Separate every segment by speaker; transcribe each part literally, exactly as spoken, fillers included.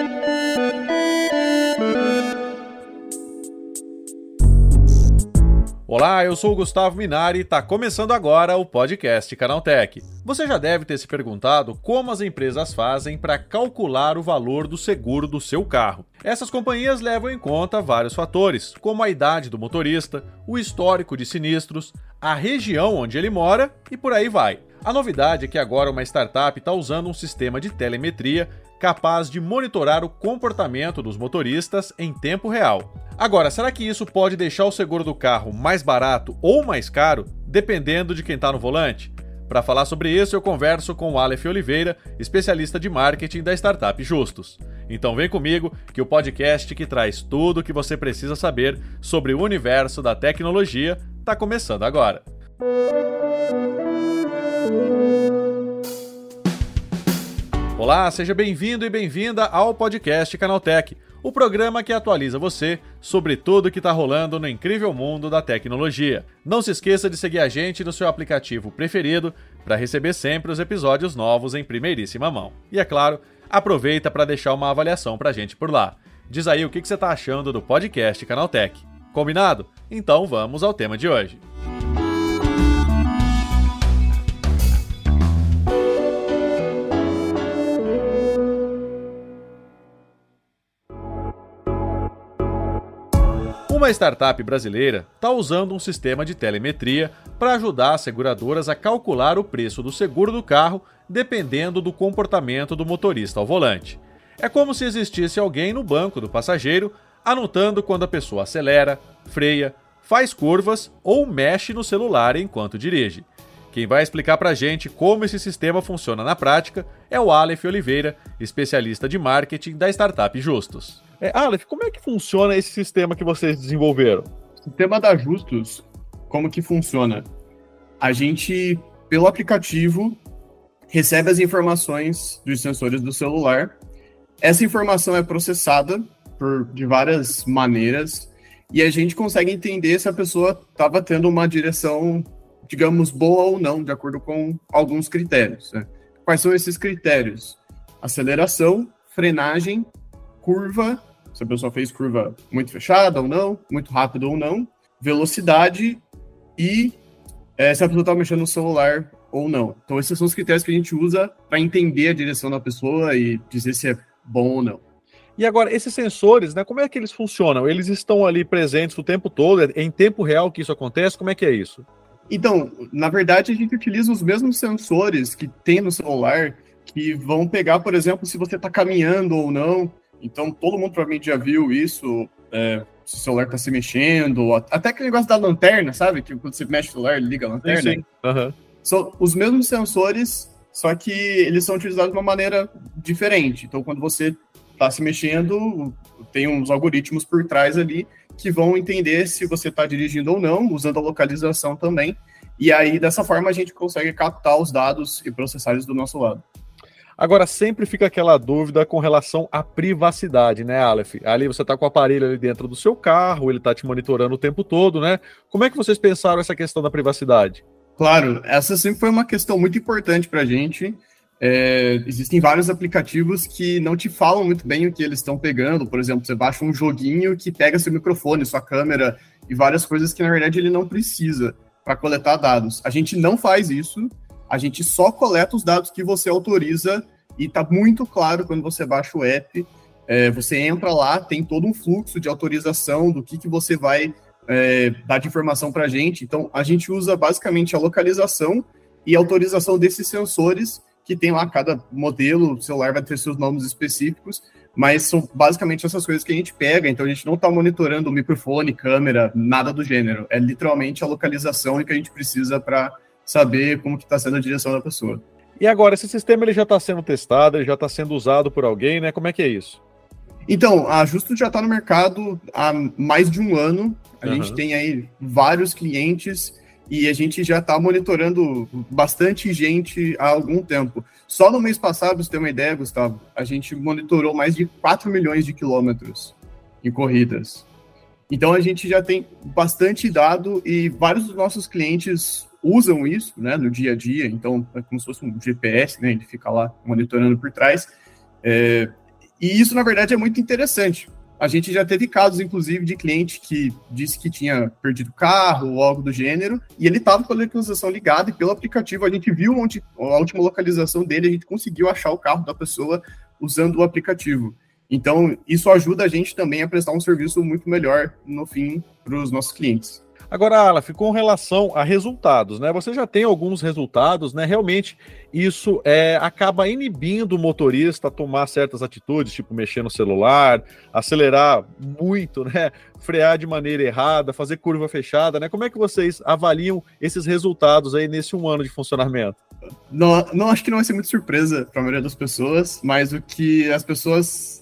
Speaker 1: Olá, eu sou o Gustavo Minari e está começando agora o podcast Canaltech. Você já deve ter se perguntado como as empresas fazem para calcular o valor do seguro do seu carro. Essas companhias levam em conta vários fatores, como a idade do motorista, o histórico de sinistros, a região onde ele mora e por aí vai. A novidade é que agora uma startup está usando um sistema de telemetria capaz de monitorar o comportamento dos motoristas em tempo real. Agora, será que isso pode deixar o seguro do carro mais barato ou mais caro, dependendo de quem está no volante? Para falar sobre isso, eu converso com o Aleph Oliveira, especialista de marketing da startup Justus. Então vem comigo que o podcast que traz tudo o que você precisa saber sobre o universo da tecnologia está começando agora. Olá, seja bem-vindo e bem-vinda ao podcast Canaltech, o programa que atualiza você sobre tudo que está rolando no incrível mundo da tecnologia. Não se esqueça de seguir a gente no seu aplicativo preferido para receber sempre os episódios novos em primeiríssima mão. E é claro, aproveita para deixar uma avaliação para a gente por lá. Diz aí o que você está achando do podcast Canaltech. Combinado? Então vamos ao tema de hoje. Uma startup brasileira está usando um sistema de telemetria para ajudar as seguradoras a calcular o preço do seguro do carro dependendo do comportamento do motorista ao volante. É como se existisse alguém no banco do passageiro anotando quando a pessoa acelera, freia, faz curvas ou mexe no celular enquanto dirige. Quem vai explicar para a gente como esse sistema funciona na prática é o Aleph Oliveira, especialista de marketing da startup Justus. É, Aleph, como é que funciona esse sistema que vocês desenvolveram?
Speaker 2: O sistema da Justus, como que funciona? A gente, pelo aplicativo, recebe as informações dos sensores do celular. Essa informação é processada por, de várias maneiras e a gente consegue entender se a pessoa estava tendo uma direção, digamos, boa ou não, de acordo com alguns critérios, né? Quais são esses critérios? Aceleração, frenagem, curva, se a pessoa fez curva muito fechada ou não, muito rápido ou não, velocidade e é, se a pessoa está mexendo no celular ou não. Então esses são os critérios que a gente usa para entender a direção da pessoa e dizer se é bom ou não.
Speaker 1: E agora, esses sensores, né, como é que eles funcionam? Eles estão ali presentes o tempo todo? É em tempo real que isso acontece? Como é que é isso?
Speaker 2: Então, na verdade, a gente utiliza os mesmos sensores que tem no celular que vão pegar, por exemplo, se você está caminhando ou não. Então, todo mundo provavelmente já viu isso, é, se o celular está se mexendo, até aquele negócio da lanterna, sabe? Que quando você mexe o celular, ele liga a lanterna.
Speaker 1: Sim, sim. Uhum.
Speaker 2: São os mesmos sensores, só que eles são utilizados de uma maneira diferente. Então, quando você está se mexendo, tem uns algoritmos por trás ali que vão entender se você está dirigindo ou não, usando a localização também. E aí, dessa forma, a gente consegue captar os dados e processar eles do nosso lado.
Speaker 1: Agora, sempre fica aquela dúvida com relação à privacidade, né, Aleph? Ali você está com o aparelho ali dentro do seu carro, ele está te monitorando o tempo todo, né? Como é que vocês pensaram essa questão da privacidade?
Speaker 2: Claro, essa sempre foi uma questão muito importante para a gente. É, existem vários aplicativos que não te falam muito bem o que eles estão pegando. Por exemplo, você baixa um joguinho que pega seu microfone, sua câmera e várias coisas que, na verdade, ele não precisa para coletar dados. A gente não faz isso. A gente só coleta os dados que você autoriza e está muito claro quando você baixa o app. É, você entra lá, tem todo um fluxo de autorização do que, que você vai é, dar de informação para a gente. Então, a gente usa basicamente a localização e a autorização desses sensores que tem lá cada modelo, o celular vai ter seus nomes específicos, mas são basicamente essas coisas que a gente pega. Então, a gente não está monitorando o microfone, câmera, nada do gênero. É literalmente a localização que a gente precisa para saber como que está sendo a direção da pessoa.
Speaker 1: E agora, esse sistema ele já está sendo testado, ele já está sendo usado por alguém, né? Como é que é isso?
Speaker 2: Então, a Justus já está no mercado há mais de um ano. A uhum. gente tem aí vários clientes e a gente já está monitorando bastante gente há algum tempo. Só no mês passado, para você ter uma ideia, Gustavo, a gente monitorou mais de quatro milhões de quilômetros em corridas. Então, a gente já tem bastante dado e vários dos nossos clientes usam isso, né, no dia a dia. Então, é como se fosse um G P S, né, ele fica lá monitorando por trás. É, E isso, na verdade, é muito interessante. A gente já teve casos, inclusive, de cliente que disse que tinha perdido o carro ou algo do gênero, e ele estava com a localização ligada, e pelo aplicativo a gente viu onde, a última localização dele, a gente conseguiu achar o carro da pessoa usando o aplicativo. Então, isso ajuda a gente também a prestar um serviço muito melhor, no fim, para os nossos clientes.
Speaker 1: Agora, Aleph, com relação a resultados, né? Você já tem alguns resultados, né? Realmente, isso é, acaba inibindo o motorista a tomar certas atitudes, tipo mexer no celular, acelerar muito, né? Frear de maneira errada, fazer curva fechada, né? Como é que vocês avaliam esses resultados aí nesse um ano de funcionamento?
Speaker 2: Não, não acho que não vai ser muito surpresa para a maioria das pessoas, mas o que as pessoas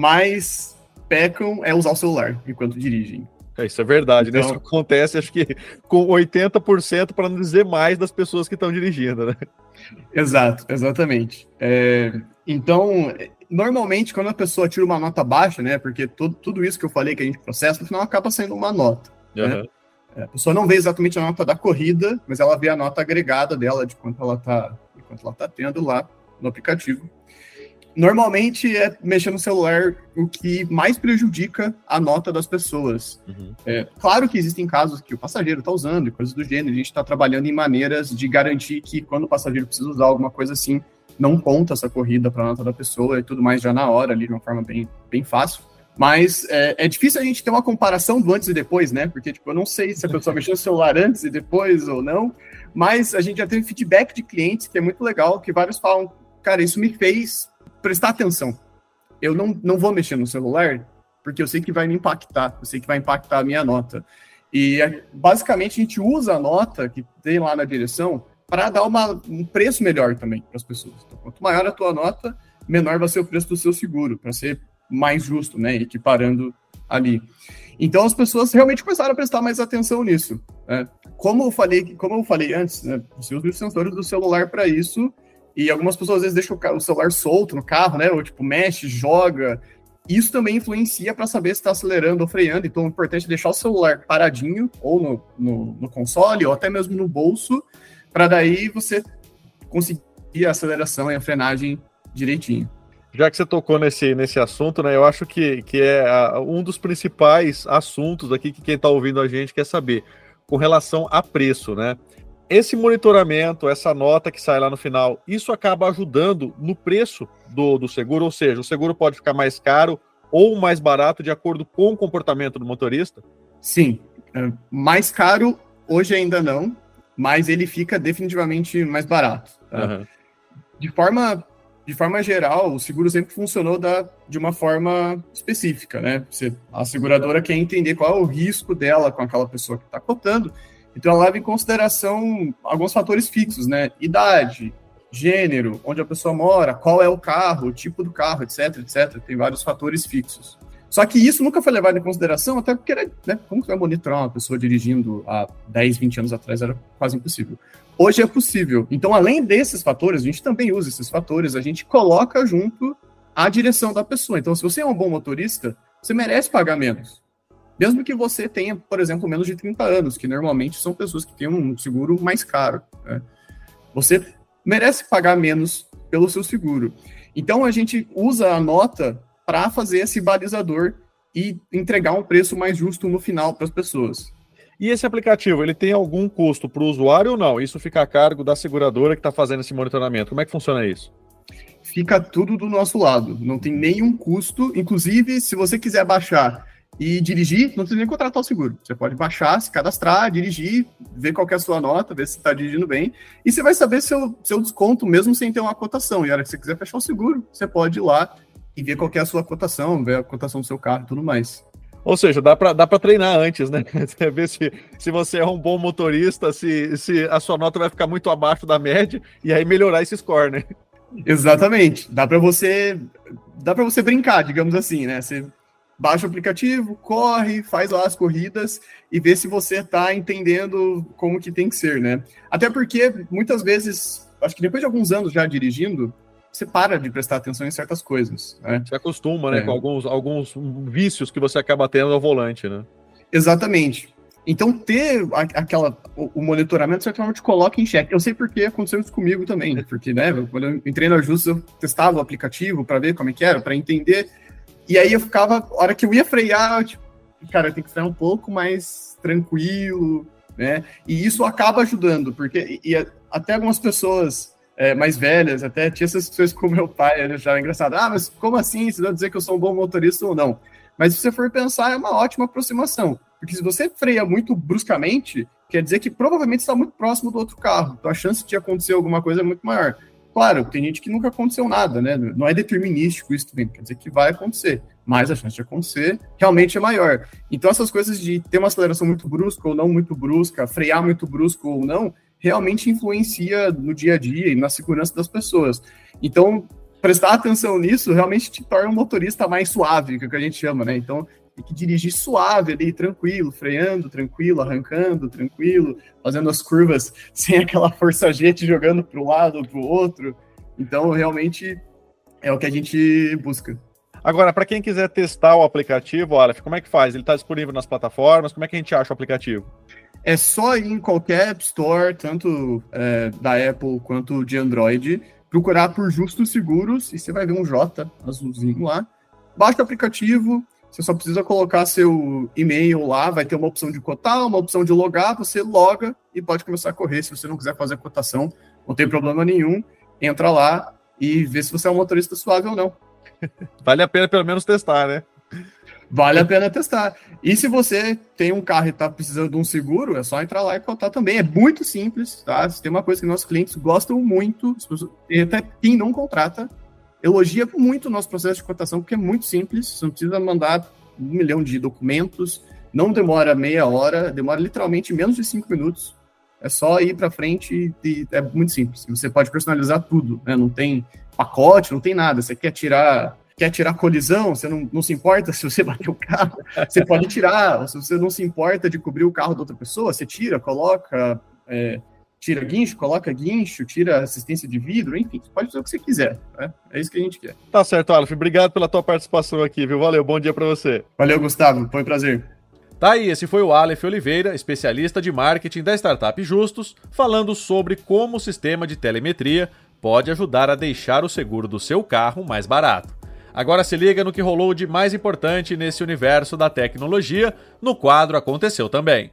Speaker 2: mais pecam é usar o celular enquanto dirigem.
Speaker 1: É, isso é verdade,
Speaker 2: então,
Speaker 1: né? Isso acontece, acho que com oitenta por cento, para não dizer mais, das pessoas que estão dirigindo, né?
Speaker 2: Exato, exatamente. É, então, normalmente, quando a pessoa tira uma nota baixa, né? Porque tudo, tudo isso que eu falei que a gente processa, no final acaba sendo uma nota. Uhum. Né? A pessoa não vê exatamente a nota da corrida, mas ela vê a nota agregada dela de quanto ela está quanto ela tá tendo lá no aplicativo. Normalmente é mexer no celular o que mais prejudica a nota das pessoas. Uhum. É, claro que existem casos que o passageiro está usando e coisas do gênero, a gente está trabalhando em maneiras de garantir que quando o passageiro precisa usar alguma coisa assim, não conta essa corrida para a nota da pessoa e tudo mais já na hora, ali de uma forma bem, bem fácil. Mas é, é difícil a gente ter uma comparação do antes e depois, né? Porque tipo, eu não sei se a pessoa mexeu no celular antes e depois ou não, mas a gente já teve feedback de clientes que é muito legal, que vários falam, cara, isso me fez prestar atenção. Eu não, não vou mexer no celular porque eu sei que vai me impactar, eu sei que vai impactar a minha nota. E basicamente a gente usa a nota que tem lá na direção para dar uma, um preço melhor também para as pessoas. Então, quanto maior a tua nota, menor vai ser o preço do seu seguro, para ser mais justo, né, equiparando ali. Então as pessoas realmente começaram a prestar mais atenção nisso. Né? Como eu falei, como eu falei antes, né, você usa os sensores do celular para isso. E algumas pessoas, às vezes, deixam o celular solto no carro, né? Ou, tipo, mexe, joga. Isso também influencia para saber se está acelerando ou freando. Então, o importante é deixar o celular paradinho, ou no, no, no console, ou até mesmo no bolso, para daí você conseguir a aceleração e a frenagem direitinho.
Speaker 1: Já que você tocou nesse, nesse assunto, né? Eu acho que, que é a, um dos principais assuntos aqui que quem está ouvindo a gente quer saber, com relação a preço, né? Esse monitoramento, essa nota que sai lá no final, isso acaba ajudando no preço do, do seguro, ou seja, o seguro pode ficar mais caro ou mais barato de acordo com o comportamento do motorista?
Speaker 2: Sim, mais caro hoje ainda não, mas ele fica definitivamente mais barato. Tá? Uhum. De forma, de forma geral, o seguro sempre funcionou da, de uma forma específica, né? Você, a seguradora quer entender qual é o risco dela com aquela pessoa que está cotando. Então, ela leva em consideração alguns fatores fixos, né? Idade, gênero, onde a pessoa mora, qual é o carro, o tipo do carro, etc, etcétera. Tem vários fatores fixos. Só que isso nunca foi levado em consideração, até porque, né, como você vai monitorar uma pessoa dirigindo há dez, vinte anos atrás, era quase impossível. Hoje é possível. Então, além desses fatores, a gente também usa esses fatores, a gente coloca junto a direção da pessoa. Então, se você é um bom motorista, você merece pagar menos. Mesmo que você tenha, por exemplo, menos de trinta anos, que normalmente são pessoas que têm um seguro mais caro. Né? Você merece pagar menos pelo seu seguro. Então, a gente usa a nota para fazer esse balizador e entregar um preço mais justo no final para as pessoas.
Speaker 1: E esse aplicativo, ele tem algum custo para o usuário ou não? Isso fica a cargo da seguradora que está fazendo esse monitoramento. Como é que funciona isso?
Speaker 2: Fica tudo do nosso lado. Não tem nenhum custo. Inclusive, se você quiser baixar e dirigir, não precisa nem contratar o seguro. Você pode baixar, se cadastrar, dirigir, ver qual que é a sua nota, ver se está dirigindo bem, e você vai saber seu, seu desconto mesmo sem ter uma cotação. E a hora que você quiser fechar o seguro, você pode ir lá e ver qual que é a sua cotação, ver a cotação do seu carro e tudo mais.
Speaker 1: Ou seja, dá para dá para treinar antes, né? Você ver se, se você é um bom motorista, se, se a sua nota vai ficar muito abaixo da média, e aí melhorar esse score, né?
Speaker 2: Exatamente. Dá para você, dá para você brincar, digamos assim, né? Você baixa o aplicativo, corre, faz lá as corridas e vê se você está entendendo como que tem que ser, né? Até porque, muitas vezes, acho que depois de alguns anos já dirigindo, você para de prestar atenção em certas coisas, né?
Speaker 1: Você acostuma, né, é. com alguns, alguns vícios que você acaba tendo ao volante, né?
Speaker 2: Exatamente. Então, ter a, aquela, o, o monitoramento, de certa forma, te coloca em xeque. Eu sei porque aconteceu isso comigo também, né? Porque, né, quando eu entrei no Ajustes, eu testava o aplicativo para ver como é que era, para entender. E aí eu ficava, a hora que eu ia frear, tipo, cara, tem que frear um pouco mais tranquilo, né? E isso acaba ajudando, porque e, e até algumas pessoas é, mais velhas, até tinha essas pessoas com meu pai, ele já é engraçado. Ah, mas como assim? Você vai dizer que eu sou um bom motorista ou não? Mas se você for pensar, é uma ótima aproximação. Porque se você freia muito bruscamente, quer dizer que provavelmente está muito próximo do outro carro. Então a chance de acontecer alguma coisa é muito maior. Claro, tem gente que nunca aconteceu nada, né? Não é determinístico isso também, quer dizer que vai acontecer. Mas a chance de acontecer realmente é maior. Então essas coisas de ter uma aceleração muito brusca ou não muito brusca, frear muito brusco ou não, realmente influencia no dia a dia e na segurança das pessoas. Então, prestar atenção nisso realmente te torna um motorista mais suave, que é o que a gente chama, né? Então, tem que dirigir suave ali, tranquilo, freando, tranquilo, arrancando, tranquilo, fazendo as curvas sem aquela força G te jogando para um lado ou para o outro. Então, realmente, é o que a gente busca.
Speaker 1: Agora, para quem quiser testar o aplicativo, olha, como é que faz? Ele está disponível nas plataformas? Como é que a gente acha o aplicativo?
Speaker 2: É só ir em qualquer App Store, tanto é, da Apple quanto de Android, procurar por Justos Seguros, e você vai ver um J azulzinho lá. Baixa o aplicativo, você só precisa colocar seu e-mail lá, vai ter uma opção de cotar, uma opção de logar, você loga e pode começar a correr. Se você não quiser fazer a cotação, não tem problema nenhum, entra lá e vê se você é um motorista suave ou não.
Speaker 1: Vale a pena pelo menos testar, né?
Speaker 2: Vale a pena testar. E se você tem um carro e está precisando de um seguro, é só entrar lá e cotar também. É muito simples, tá? Tem uma coisa que nossos clientes gostam muito, e até quem não contrata, elogia muito o nosso processo de cotação, porque é muito simples, você não precisa mandar um milhão de documentos, não demora meia hora, demora literalmente menos de cinco minutos. É só ir para frente e é muito simples. Você pode personalizar tudo, né? Não tem pacote, não tem nada. Você quer tirar... Quer tirar colisão, você não, não se importa se você bater o carro, você pode tirar. Se você não se importa de cobrir o carro da outra pessoa, você tira, coloca, é, tira guincho, coloca guincho, tira assistência de vidro, enfim, você pode fazer o que você quiser, né? É isso que a gente quer.
Speaker 1: Tá certo, Aleph. Obrigado pela tua participação aqui, viu? Valeu, bom dia para você.
Speaker 2: Valeu, Gustavo, foi um prazer.
Speaker 1: Tá aí, esse foi o Aleph Oliveira, especialista de marketing da startup Justos, falando sobre como o sistema de telemetria pode ajudar a deixar o seguro do seu carro mais barato. Agora se liga no que rolou de mais importante nesse universo da tecnologia, no quadro Aconteceu Também.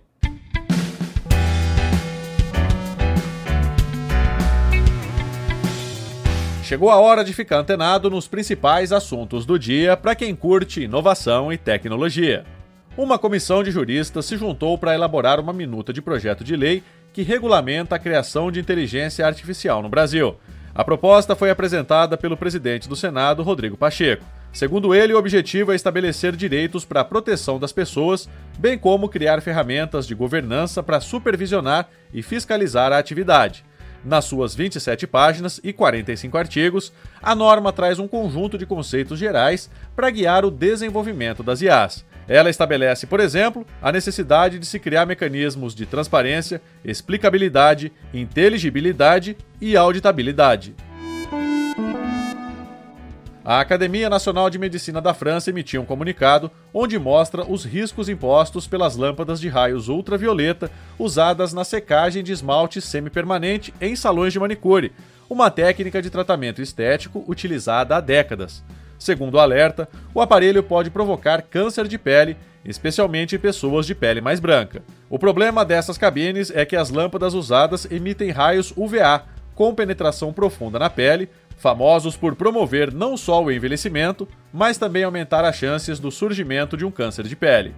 Speaker 1: Chegou a hora de ficar antenado nos principais assuntos do dia para quem curte inovação e tecnologia. Uma comissão de juristas se juntou para elaborar uma minuta de projeto de lei que regulamenta a criação de inteligência artificial no Brasil. A proposta foi apresentada pelo presidente do Senado, Rodrigo Pacheco. Segundo ele, o objetivo é estabelecer direitos para a proteção das pessoas, bem como criar ferramentas de governança para supervisionar e fiscalizar a atividade. Nas suas vinte e sete páginas e quarenta e cinco artigos, a norma traz um conjunto de conceitos gerais para guiar o desenvolvimento das I As. Ela estabelece, por exemplo, a necessidade de se criar mecanismos de transparência, explicabilidade, inteligibilidade e auditabilidade. A Academia Nacional de Medicina da França emitiu um comunicado onde mostra os riscos impostos pelas lâmpadas de raios ultravioleta usadas na secagem de esmalte semipermanente em salões de manicure, uma técnica de tratamento estético utilizada há décadas. Segundo o alerta, o aparelho pode provocar câncer de pele, especialmente em pessoas de pele mais branca. O problema dessas cabines é que as lâmpadas usadas emitem raios U V A, com penetração profunda na pele, famosos por promover não só o envelhecimento, mas também aumentar as chances do surgimento de um câncer de pele.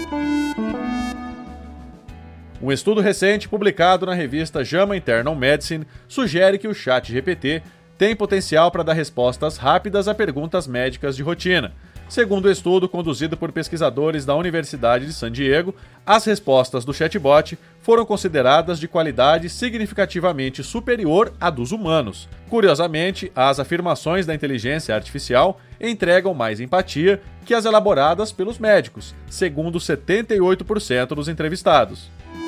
Speaker 1: Um estudo recente publicado na revista JAMA Internal Medicine sugere que o ChatGPT tem potencial para dar respostas rápidas a perguntas médicas de rotina. Segundo o estudo conduzido por pesquisadores da Universidade de San Diego, as respostas do chatbot foram consideradas de qualidade significativamente superior à dos humanos. Curiosamente, as afirmações da inteligência artificial entregam mais empatia que as elaboradas pelos médicos, segundo setenta e oito por cento dos entrevistados.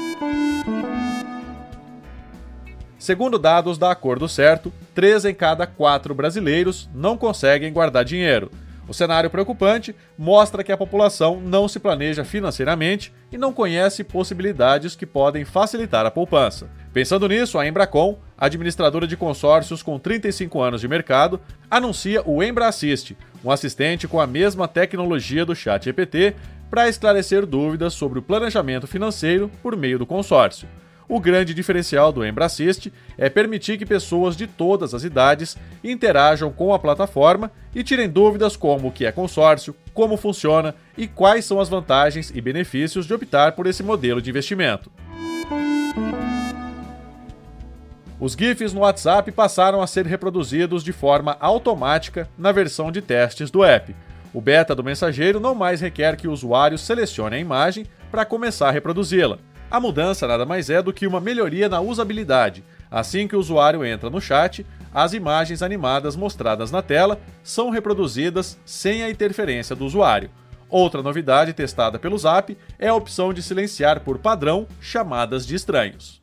Speaker 1: Segundo dados da Acordo Certo, três em cada quatro brasileiros não conseguem guardar dinheiro. O cenário preocupante mostra que a população não se planeja financeiramente e não conhece possibilidades que podem facilitar a poupança. Pensando nisso, a Embracon, administradora de consórcios com trinta e cinco anos de mercado, anuncia o EmbraAssist, um assistente com a mesma tecnologia do ChatGPT para esclarecer dúvidas sobre o planejamento financeiro por meio do consórcio. O grande diferencial do EmbraAssist é permitir que pessoas de todas as idades interajam com a plataforma e tirem dúvidas como o que é consórcio, como funciona e quais são as vantagens e benefícios de optar por esse modelo de investimento. Os GIFs no WhatsApp passaram a ser reproduzidos de forma automática na versão de testes do app. O beta do mensageiro não mais requer que o usuário selecione a imagem para começar a reproduzi-la. A mudança nada mais é do que uma melhoria na usabilidade. Assim que o usuário entra no chat, as imagens animadas mostradas na tela são reproduzidas sem a interferência do usuário. Outra novidade testada pelo Zap é a opção de silenciar por padrão chamadas de estranhos.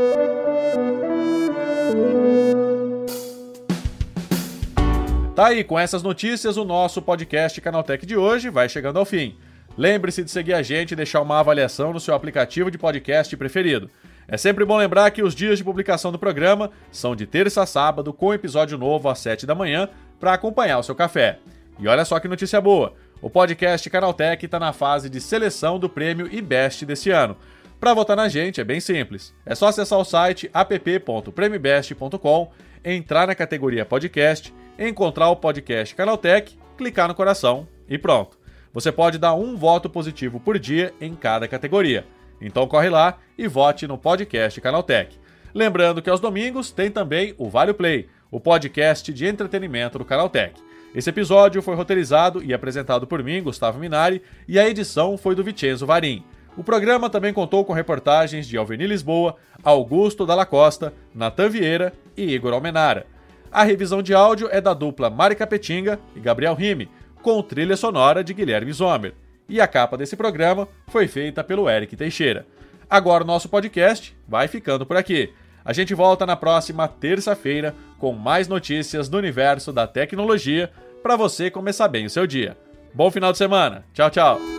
Speaker 1: Tá aí, com essas notícias, o nosso podcast Canaltech de hoje vai chegando ao fim. Lembre-se de seguir a gente e deixar uma avaliação no seu aplicativo de podcast preferido. É sempre bom lembrar que os dias de publicação do programa são de terça a sábado, com episódio novo às sete da manhã, para acompanhar o seu café. E olha só que notícia boa! O podcast Canaltech está na fase de seleção do prêmio IBEST desse ano. Para votar na gente é bem simples. É só acessar o site app ponto premio best ponto com, entrar na categoria podcast, encontrar o podcast Canaltech, clicar no coração e pronto. Você pode dar um voto positivo por dia em cada categoria. Então corre lá e vote no podcast Canaltech. Lembrando que aos domingos tem também o Vale Play, o podcast de entretenimento do Canaltech. Esse episódio foi roteirizado e apresentado por mim, Gustavo Minari, e a edição foi do Vincenzo Varim. O programa também contou com reportagens de Alveni Lisboa, Augusto Dalla Costa, Natan Vieira e Igor Almenara. A revisão de áudio é da dupla Mari Capetinga e Gabriel Rime, com trilha sonora de Guilherme Zomer. E a capa desse programa foi feita pelo Eric Teixeira. Agora o nosso podcast vai ficando por aqui. A gente volta na próxima terça-feira com mais notícias do universo da tecnologia para você começar bem o seu dia. Bom final de semana. Tchau, tchau.